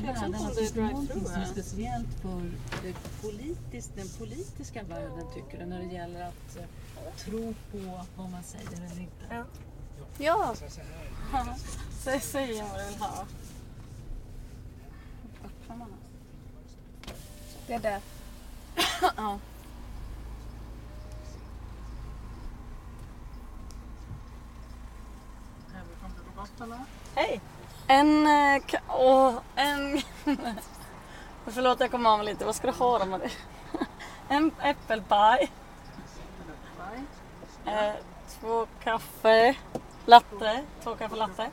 världen att det är någonting som är speciellt för den politiska världen, tycker du, när det gäller att tro på vad man säger eller inte? Ja. Så säger jag vad du vill ha. Det är det. Ja. Hej! Förlåt, jag kommer av lite. Vad ska du ha då med det? En äppelpaj. 2 kaffe latte. 2 kaffe latte.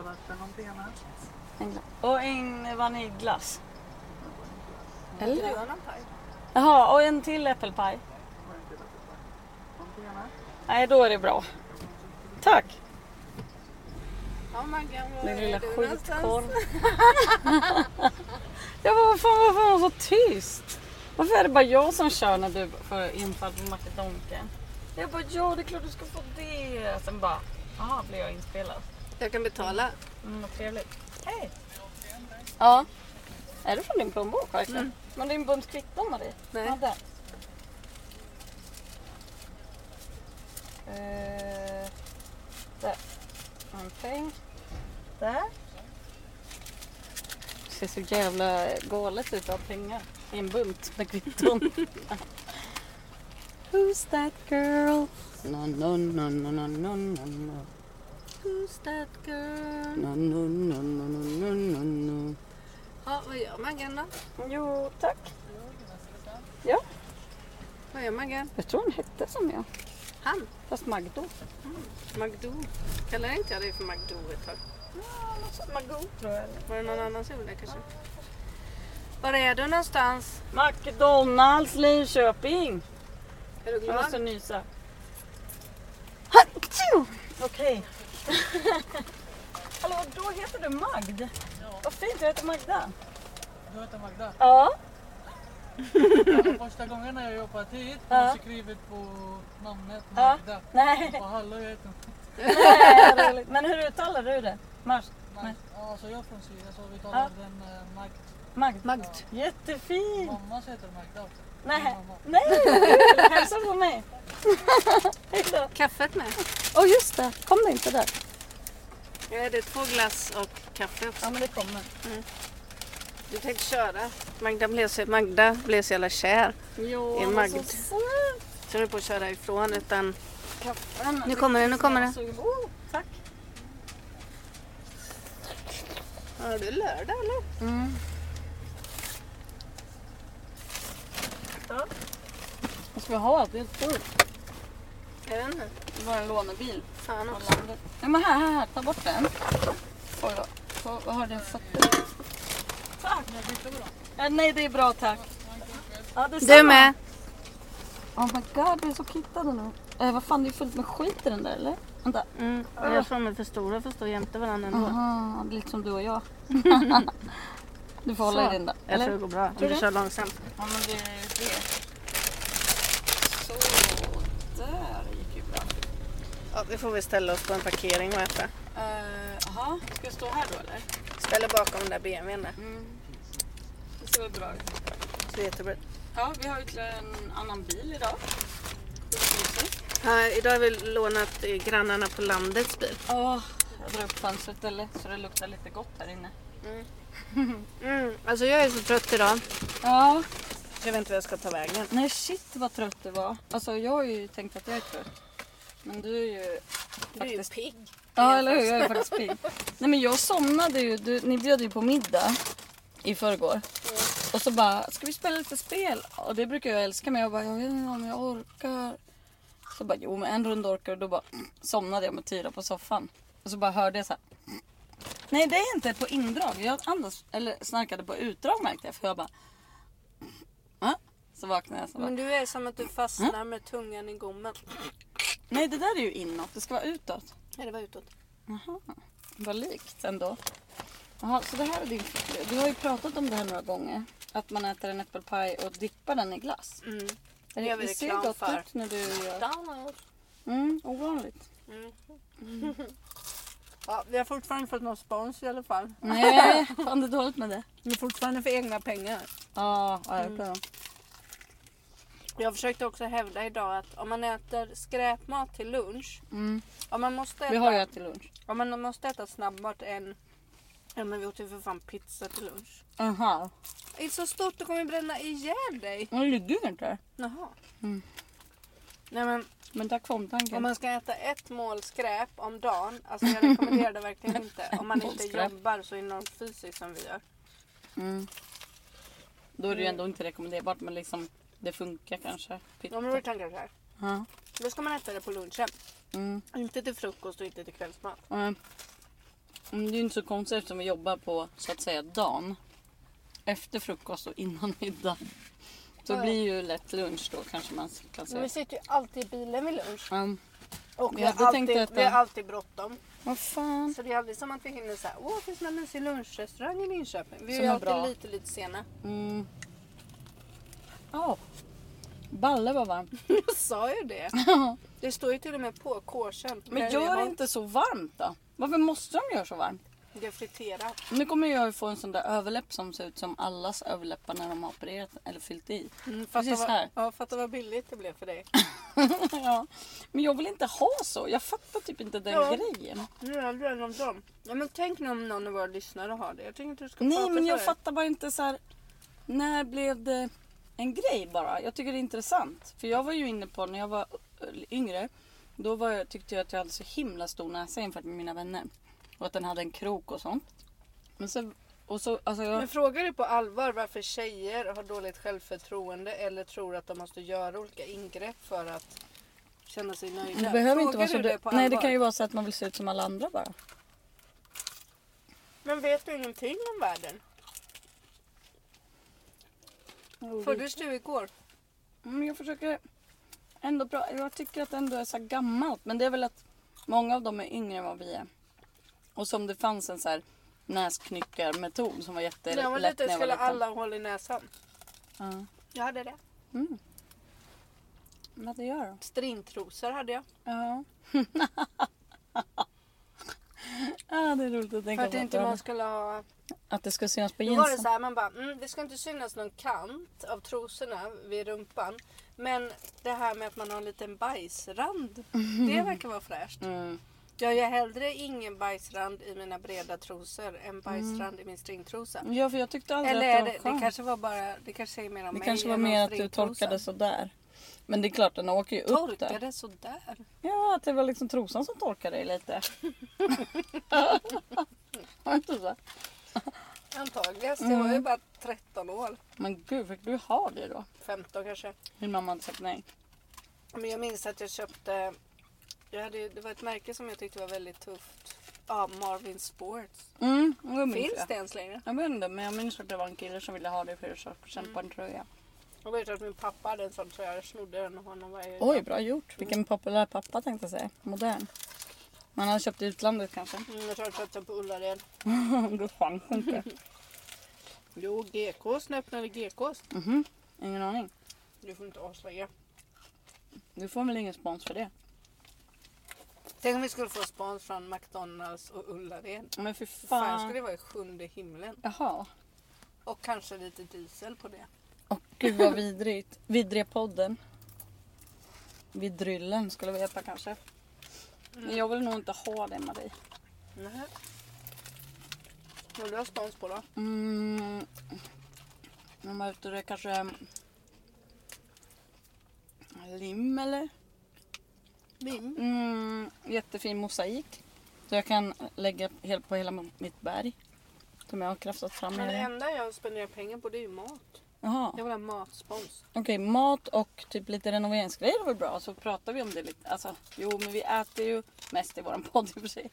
Och en vaniljglass. Eller? Jaha, och en till äppelpaj. Nej, då är det bra. Tack. Ja, Maggan, var Den lilla är du skitkorv. Jag var fan så tyst. Varför är det bara jag som kör när du får infall på McDonken? Jag bara, ja, det är klart du ska få det. Sen bara, aha, blir jag inspelad. Jag kan betala. Vad trevligt. Hej. Ja. Är det från din plånbok verkligen? Men det är en bunt kvitton med det. Nej. Ja, där. Där. En peng. Där. Det ser så jävla galet ut att ha pengar i en bunt med kvitton. Who's that girl? No, no, no, no, no, no, no, no. Who's that girl? No, no, no, no, no, no, no. Ja, vad gör Maggan då? Jo, tack. Ja, Vad gör Maggan? jag tror hon hette som jag. Han? Fast Magdo. Magdo. Kallar inte jag dig för Magdo ett tag? Ja, något sånt Magdo tror jag. Var det någon annan som gjorde det kanske? Var är du någonstans? McDonalds Linköping. Är du Jag glad? måste nysa. Okej. Hallå, då heter du Magd. Ja. Vad fint, jag heter Magda. Du heter Magda? Ja. Första gången när jag jobbat hit Ja. har skrivit på namnet Magda. Nej. Och hallå, jag heter Nej, roligt. Men hur uttalar du det? Mars? Magda. Ja, alltså jag är från Sverige så vi talar den Magd. Magd. Jättefint. Mamma heter Magda också. Nej. Mamma. Nej, hälsa på mig. Hej då. Kaffet med? Åh, just det. Kom det inte där? Ja, det är 2 glass och kaffe också. Ja, men det kommer. Du tänkte köra. Magda blev så jävla kär. Jo, Det är men Magd. så söt. Så jag är på att köra ifrån utan... Kaffen. Nu kommer det, nu kommer det. Oh, tack. Har du lördag eller? Mm. Ja. Vad ska vi ha? Det är fullt. Jag vet inte. Det var en lånebil. Fan också. Ja, men här, ta bort den. Oj då. Vad har den fått? Tack. Nej, det är bra, tack. Ja, Du är med. Oh my god, du är så kittade nu. Vad fan, det är fullt med skit i den där, eller? Vänta. Jag tror de är för stora för att stå jämte varandra ändå. Aha, lite som du och jag. Du får hålla i den där. Jag tror det går bra. Om du kör långsamt. Ja, men det är det. Så, där gick ju bra. Ja, vi får väl ställa oss på en parkering och äta. Jaha, ska jag stå här då, eller? Ställer bakom den där BMWn där. Det ser väl bra ut. Så jättebra. Ja, vi har ytterligare en annan bil idag. Idag har vi lånat grannarna på landets bil. Jag drar upp fönstret eller så det luktar lite gott här inne. Alltså jag är så trött idag. Ja. Jag vet inte vad jag ska ta vägen. Nej, shit vad trött du var. Alltså jag har ju tänkt att jag är trött. Men du är ju faktiskt pigg. Ja, eller hur? Jag är faktiskt pigg. Nej, men jag somnade ju. Ni bjöd ju på middag i förrgår. Och så bara, ska vi spela lite spel? Och det brukar jag älska, men jag bara, jag vet inte om jag orkar. Så bara, jo men en runda orkar. Och då bara somnade jag med Tyra på soffan. Och så bara hörde jag så här. Nej, det är inte på indrag. Jag andas, eller snarkade på utdrag märkte jag. För jag bara, så vaknade jag. Så bara, Men du är som att du fastnar med tungan i gommen. nej, det där är ju inåt. Det ska vara utåt. Nej, det var utåt. Jaha, vad likt ändå. Jaha, så det här är din... Du har ju pratat om det här några gånger. Att man äter en äppelpaj och dippar den i glass. Det gör vi det ser reklam gott för. ut när du gör... Download. Ovanligt. Ja, vi har fortfarande inte fått någon spons i alla fall. Nej, fan det är dåligt med det. Vi är fortfarande för egna pengar. Ja, verkligen. Jag försökte också hävda idag att om man äter skräpmat till lunch. Om man måste äta, Vi har ju ätit lunch. om man måste äta snabbmat ja, men vi åt ju för fan pizza till lunch. Aha. Det är så stort, du kommer bränna ihjäl dig. Det ligger ju inte. Jaha. Nej, Men tack för omtanken. om man ska äta ett mål skräp om dagen, alltså jag rekommenderar det verkligen inte. Om man inte Skräp. jobbar så enormt fysiskt som vi gör. Då är det ju ändå inte rekommenderbart, men liksom det funkar kanske. Om du tänker så här. Ja. Då ska man äta det på lunchen. Inte till frukost och inte till kvällsmat. Det är ju inte så konstigt eftersom vi jobbar på så att säga dagen. Efter frukost och innan middag. Så det blir ju lätt lunch då kanske man kan Men säga. vi sitter ju alltid i bilen vid lunch. Och vi Jag har, hade tänkt alltid, äta- vi har alltid bråttom. Vad fan. Så det är aldrig som att vi hinner så här, det finns en mysig lunchrestaurang i Linköping. Vi Som är är alltid bra. lite sena. Balle var varmt. Jag sa ju det. Det står ju till och med på kåsen. Men gör det inte så varmt då. Varför måste de göra så varmt? Det är friterat. Nu kommer jag få en sån där överläpp som ser ut som allas överläppar när de har opererat eller fyllt i. Precis här. Ja, fatta vad billigt det blev för dig. Ja. Men jag vill inte ha så. Jag fattar typ inte den grejen. Nu är det en av dem. Ja, men tänk nu om någon av våra lyssnare har det. Jag tänker inte du ska Nej, prata men för jag det. fattar bara inte så här. När blev det en grej bara? Jag tycker det är intressant. För jag var ju inne på när jag var yngre. Då tyckte jag att jag hade så himla stor näsa jämfört med mina vänner. Och att den hade en krok och sånt. Men Men frågar du på allvar varför tjejer har dåligt självförtroende eller tror att de måste göra olika ingrepp för att känna sig nöjda? det behöver inte vara Frågar så. du det på Nej, det allvar? kan ju vara så att man vill se ut som alla andra bara. Men vet du ingenting om världen? Föddes du igår? Men jag försöker ändå jag tycker att det ändå är så här gammalt. Men det är väl att många av dem är yngre än vad vi är. Och som det fanns en så här näsknyckarmetod som var jättelätt När jag var när liten jag var skulle liten. alla ha hål i näsan. Ja. Jag hade det. Vad det gör då? Strintrosor hade jag. Ja. Ja, det är roligt att tänka För att på inte man skulle ha... att det ska synas på Då var det jeansen. så här, man bara, det ska inte synas någon kant av trosorna vid rumpan. Men det här med att man har en liten bajsrand, det verkar vara fräscht. Jag gör hellre ingen bajsrand i mina breda trosor än bajsrand i min stringtrosa. Ja, för jag tyckte aldrig Eller att är det var det skönt. kanske var bara, det kanske säger mer om Det mig kanske var än mer om att du stringtrosan. torkade sådär. Men det är klart, den åker ju upp där. Torkade sådär? Ja, att det var liksom trosan som torkade dig lite. Var det inte så? Antagligen, jag var ju bara 13 år. Men gud, fick du ha det då? 15 kanske. Min mamma hade sagt nej. Men jag minns att jag köpte, det var ett märke som jag tyckte var väldigt tufft. Ja, Marvin Sports. Jag minns Finns det ens längre? Jag vet inte, men jag minns att det var en kille som ville ha det för 4% på en tröja. Jag vet att min pappa hade en sån så jag snodde den av honom varje Oj, bra gjort. Vilken populär pappa tänkte jag säga. Modern. Man hade köpt i utlandet kanske. Jag tror jag köpte den på Ullared. Det fanns inte. Jo, GKs, när öppnade GKs? Ingen aning. Du får inte avslöja. Du får väl ingen spons för det. Tänk om vi skulle få spons från McDonalds och Ullared. Men för Fan, fan. skulle det vara i 7:e himlen. Jaha. Och kanske lite diesel på det. Åh gud vad vidrigt. Vidriga podden. Vidryllen skulle vi heta kanske. Men jag vill nog inte ha det med dig. Nej. Vad vill du ha spons på då? Om jag vet det kanske lim eller? Lim? Jättefin mosaik. Så jag kan lägga helt på hela mitt berg. Som jag har kraftat fram Men det med det. enda jag spenderar pengar på det är ju mat. Jaha. Jag vill ha matspons. Okej, mat och typ lite renoveringsgrejer är väl bra. Så pratar vi om det lite. Alltså, jo men vi äter ju mest i våran podd i och för sig.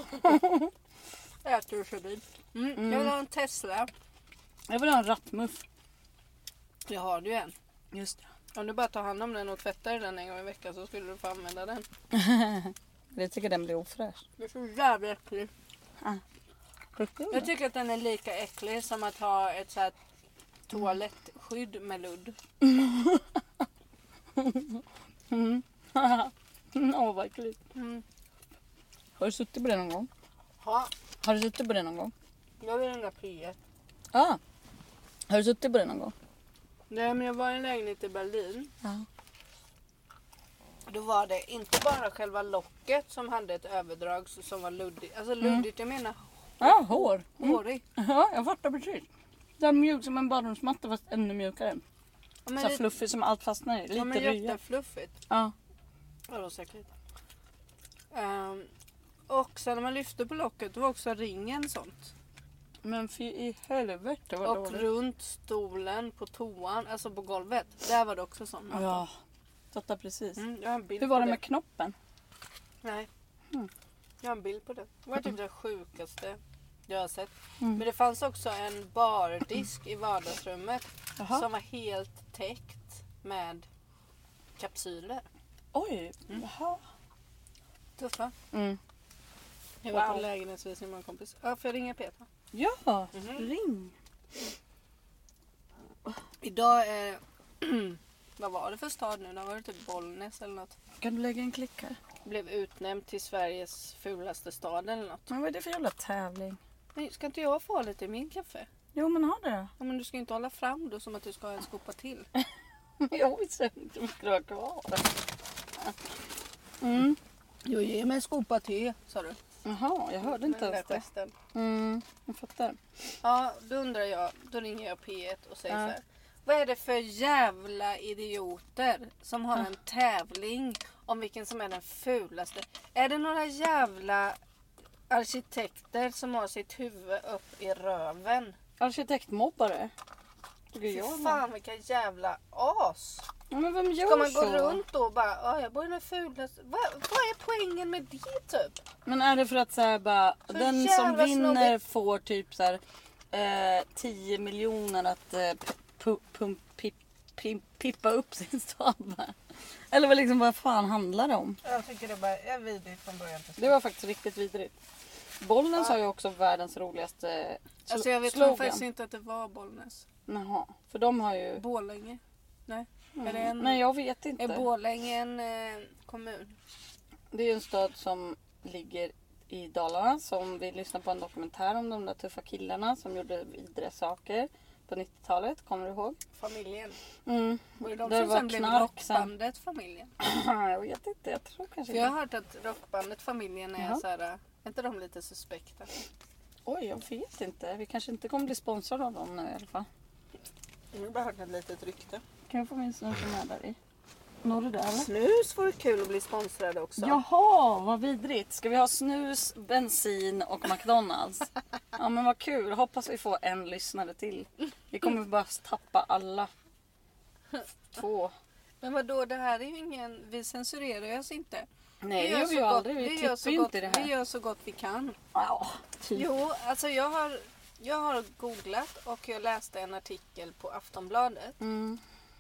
Äter du förbi. Jag vill ha en Tesla. Jag vill ha en rattmuff. Jag har ju en. Just det. Om du bara tar hand om den och tvättar den en gång i veckan så skulle du få använda den. Jag tycker den blir ofräsch. Det är så jävla äckligt. Jag tycker att den är lika äcklig som att ha ett så här toalettskydd med ludd. Åh vad äckligt. Har du suttit på det någon gång? Ja, Har du suttit på det någon gång? jag vill den där P1. Ja. Har du suttit på det någon gång? Nej, men jag var i en lägenhet i Berlin. Ja. Då var det inte bara själva locket som hade ett överdrag som var luddigt. Alltså luddigt, jag menar Ja, hår. hårig. Ja, jag fattar precis. Det är mjuk som en badrumsmatta fast ännu mjukare. Ja, men Så fluffig som allt fastnar i. Lite ja, men rya. jättefluffigt. Ja. Ja, det var säkert. Och sen när man lyfte på locket då var också ringen sånt. Men fy i helvete vad Och dåligt. runt stolen på toan, alltså på golvet. Där var det också sånt. Ja, fattar precis. Jag har en bild Hur var på det med knoppen? Nej. Mm. Jag har en bild på det. Det var typ det sjukaste jag har sett. Mm. Men det fanns också en bardisk i vardagsrummet Jaha. som var helt täckt med kapsyler. Oj, jaha. Tuffa. Mm. Jag var på Wow. lägenhetsvisning med en kompis. Ja, får jag ringa Petra? Ja, ring. Idag är... Vad var det för stad nu? Det var det typ Bollnäs eller något. Kan du lägga en klick här? Blev utnämnd till Sveriges fulaste stad eller något. Men vad är det för jävla tävling? Men ska inte jag få lite i min kaffe? Jo men har det då. Ja, men du ska inte hålla fram då som att du ska ha en skopa till. Jag visste inte mycket du har kvar. Mm. Jo, ge mig en skopa till, sa du. Jaha, jag hörde inte Den där ens det. gesten. Jag fattar. Ja, då undrar jag, då ringer jag P1 och säger Ja. så här. Vad är det för jävla idioter som har en tävling om vilken som är den fulaste? Är det några jävla arkitekter som har sitt huvud upp i röven? Arkitektmobbare. Tycker Fy jag. fan vilka jävla as. Ja, men vem gör Ska man så? gå runt då och bara, jag bor i den fulaste. Vad är poängen med det typ? Men är det för att så här, bara, Så den jävla som vinner snobbigt. får typ så här, 10 miljoner att pippa upp sin stad med? Eller vad fan handlar det om? Jag tycker det bara är vidrigt från början till slut. Det var faktiskt riktigt vidrigt. Bollnäs har ju också världens roligaste Alltså jag vet slogan. faktiskt inte att det var Bollnäs. Jaha, för de har ju... Borlänge? Nej. Är det en, Nej, jag vet är inte. Borlänge en kommun? Det är ju en stad som ligger i Dalarna som vi lyssnade på en dokumentär om de där tuffa killarna som gjorde vidriga saker på 90-talet. Kommer du ihåg? Familjen. Mm. Var det de Det som var sen blev knark sen. rockbandet Familjen? Jag vet inte, jag tror kanske För jag inte. har hört att rockbandet Familjen är Jaha. så här, är inte de lite suspekta? Oj, jag vet inte. Vi kanske inte kommer bli sponsrade av dem nu i alla fall. Jag har bara hört ett litet rykte. Kan jag få min snus med där i? Når du det eller? Snus vore kul att bli sponsrade också. Jaha, vad vidrigt. Ska vi ha snus, bensin och McDonalds? Ja men vad kul. Hoppas vi får en lyssnare till. Vi kommer bara tappa alla. 2. Men vadå, det här är ju ingen, vi censurerar oss inte. Nej, det gör gör vi så ju gott- aldrig. Vi gör klipper så ju gott- inte det Vi här. gör så gott vi kan. Ja, typ. Jo, alltså jag har googlat och jag läste en artikel på Aftonbladet. Mm.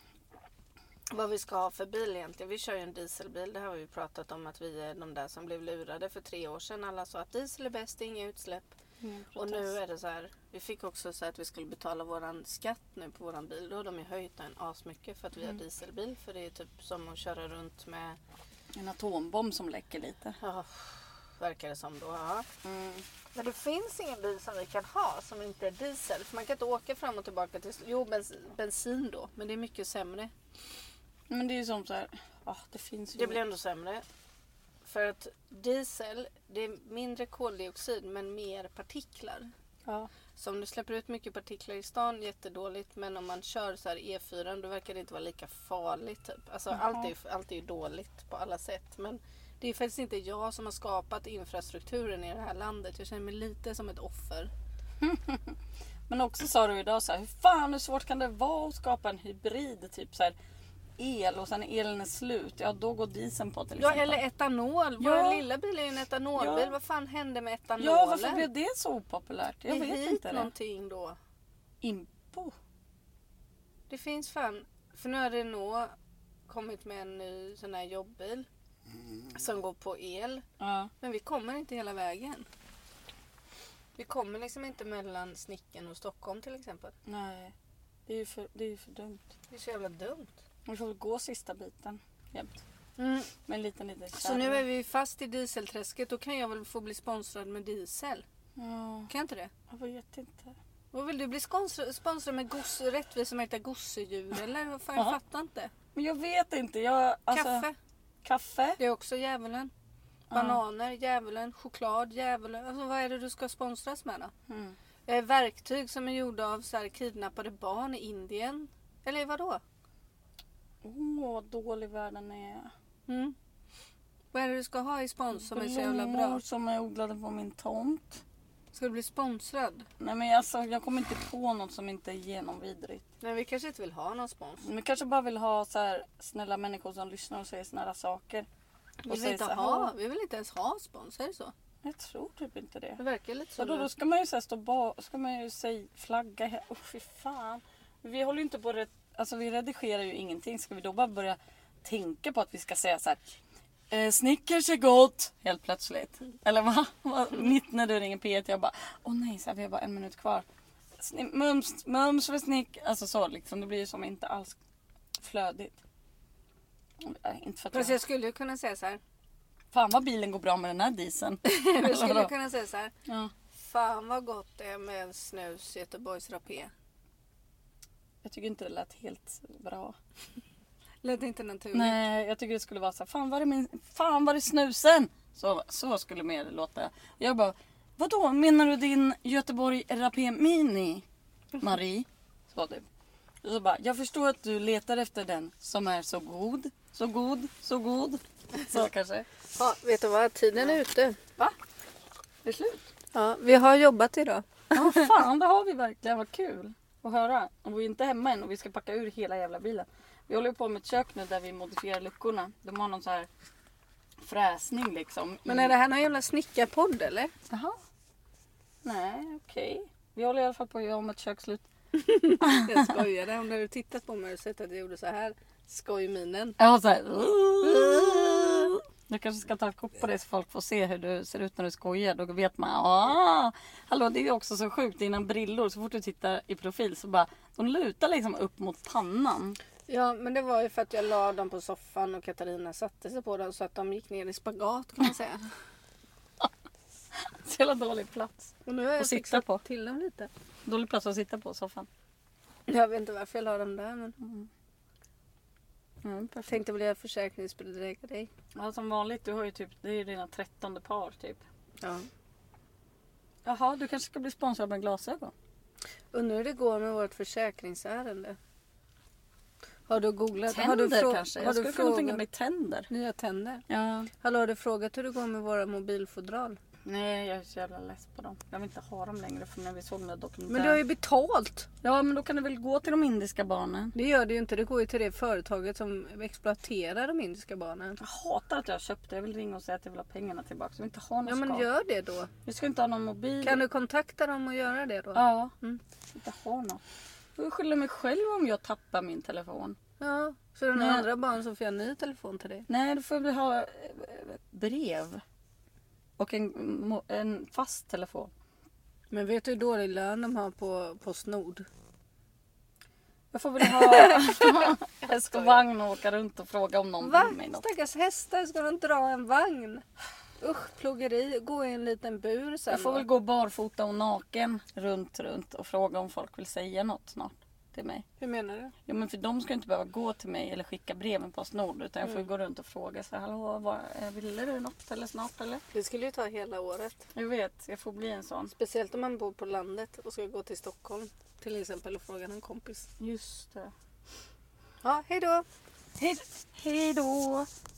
Vad vi ska ha för bil egentligen. Vi kör ju en dieselbil. Det har vi ju pratat om att vi är de där som blev lurade för 3 år sedan. Alla sa att diesel är bäst, inga utsläpp. Och nu är det så här. Vi fick också så att vi skulle betala våran skatt nu på våran bil. Då har de ju höjt den asmycket för att vi har dieselbil. För det är typ som att köra runt med, En atombomb som läcker lite. ja, verkar det som då. Ja. Mm. Men det finns ingen bil som vi kan ha som inte är diesel. För man kan inte åka fram och tillbaka till, jo bensin då. Men det är mycket sämre. Men det är ju som så här. Det finns ju. Det blir ändå sämre. För att diesel, det är mindre koldioxid men mer partiklar. Ja. Så om du släpper ut mycket partiklar i stan, jättedåligt. Men om man kör så här E4 då verkar det inte vara lika farligt. Typ. Alltså allt är ju dåligt på alla sätt. Men det är faktiskt inte jag som har skapat infrastrukturen i det här landet. Jag känner mig lite som ett offer. Men också sa du idag så här, hur svårt kan det vara att skapa en hybrid typ så här el och sen när elen är slut, ja då går dieseln på till Ja, exempel. eller etanol. Ja. Vår lilla bil är ju en etanolbil. Ja. Vad fan hände med etanolen? Ja, varför blev det så opopulärt? Jag Ge vet hit inte det. någonting då. Impo. Det finns fan. För nu har Renault kommit med en ny sån här jobbbil. Som går på el. Ja. Men vi kommer inte hela vägen. Vi kommer liksom inte mellan Snicken och Stockholm till exempel. Nej, det är ju för dumt. Det är så jävla dumt. Vi får väl gå sista biten jämt. Med en liten kärra. Så nu är vi fast i dieselträsket. Då kan jag väl få bli sponsrad med diesel. Ja, Kan jag inte det? jag vet inte. Och vill du bli sponsrad med rättvis som heter gosedjur? Eller vad fan, jag Ja. fattar inte. Men jag vet inte. Kaffe. Kaffe? Det är också djävulen. Bananer, djävulen. Choklad, djävulen. Alltså, vad är det du ska sponsras med då? Verktyg som är gjorda av så här, kidnappade barn i Indien. Eller vadå? Vad dålig världen är. Vad är det du ska ha i spons som är så jävla bra? Blommor som är odlade på min tomt. Ska du bli sponsrad? Nej men alltså, jag kommer inte på något som inte är genomvidrigt. Nej, vi kanske inte vill ha någon spons. Vi kanske bara vill ha så här snälla människor som lyssnar och säger snälla saker. Vi vill inte ens ha spons, är det så? Jag tror typ inte det. Det verkar lite så. Då ska man ju så här ska man ju säga flagga här. Fy fan. Vi håller ju inte på alltså vi redigerar ju ingenting. Ska vi då bara börja tänka på att vi ska säga så här: Snickers är gott helt plötsligt. Eller mitt när du ringer P1 jag bara nej, så här, vi har bara 1 minut kvar. Mums för snick. Alltså så liksom, det blir ju som inte alls flödigt. Inte för att Fast jag skulle ju kunna säga så här. Fan vad bilen går bra med den här dieseln. Jag skulle kunna säga så här. Ja. Fan vad gott det är med en snus Göteborgs rapé. Jag tycker inte det lät helt bra. Lät inte naturligt. Nej, jag tycker det skulle vara så här, fan var är snusen? Så skulle mer låta. Jag bara, vadå, menar du din Göteborg Rapé Mini, Marie? Så typ. Och så bara, jag förstår att du letar efter den som är så god. Så kanske. Ja, vet du vad? Tiden är ute. Va? Det är slut? Ja, vi har jobbat idag. Ja, fan, det har vi verkligen. Vad kul att höra. Och vi är inte hemma än och vi ska packa ur hela jävla bilen. Vi håller på med ett kök nu där vi modifierar luckorna. De har någon så här fräsning liksom. Men är det här någon jävla snickarpodd eller? Jaha. Nej, okej. Vi håller i alla fall på att göra om ett kökslut. Jag skojade. Om du hade tittat på mig och sett att jag gjorde så här skojminen. Jag har så här. Jag kanske ska ta ett kort på det så folk får se hur du ser ut när du skojar. Då vet man, hallå, det är ju också så sjukt. Dina brillor, så fort du tittar i profil så bara, de lutar liksom upp mot pannan. Ja, men det var ju för att jag la dem på soffan och Katarina satte sig på dem så att de gick ner i spagat kan man säga. Så jävla dålig plats. Och nu har jag sitta fixat på. till dem lite. Dålig plats att sitta på soffan. Jag vet inte varför jag la dem där men... Perfekt. Jag tänkte bli försäkringsbedrägare dig. Ja, som vanligt, du har ju typ, det är ju dina 13:e par typ. Ja. Jaha, du kanske ska bli sponsrad med glasögon. Undrar hur det går med vårt försäkringsärende. Har du googlat? Tänder kanske? Jag skulle kunna tänka mig tänder. Nya tänder? Ja. Hallå, har du frågat hur det går med våra mobilfodral? Nej, jag är så jävla less på dem. Jag vill inte ha dem längre för när vi såg den där dokumentären. Men du har ju betalt! Ja, men då kan du väl gå till de indiska barnen. Det gör det ju inte. Det går ju till det företaget som exploaterar de indiska barnen. Jag hatar att jag har köpt det. Jag vill ringa och säga att jag vill ha pengarna tillbaka. Jag vill inte ha någon Ja, men skap. gör det då. Jag ska inte ha någon mobil. Kan du kontakta dem och göra det då? Ja. Jag vill inte ha något. Jag vill skylla mig själv om jag tappar min telefon. Ja, så den andra barn som får en ny telefon till dig. Nej, då får jag väl ha brev. Och en fast telefon. Men vet du hur dålig lön de har på Postnord? Jag får väl ha häst och vagn och åka runt och fråga om någon vill mig något. Stackars hästar, ska de dra en vagn? Usch, plågeri. Gå i en liten bur sen. Jag får väl gå barfota och naken runt och fråga om folk vill säga något snart till mig. Hur menar du? Ja, men för de ska inte behöva gå till mig eller skicka breven på Postnord, utan jag får gå runt och fråga så här, hallå, ville du något eller snart eller? Det skulle ju ta hela året. Jag vet, jag får bli en sån. Speciellt om man bor på landet och ska gå till Stockholm till exempel och fråga en kompis. Just det. Ja, hej då! Hej då!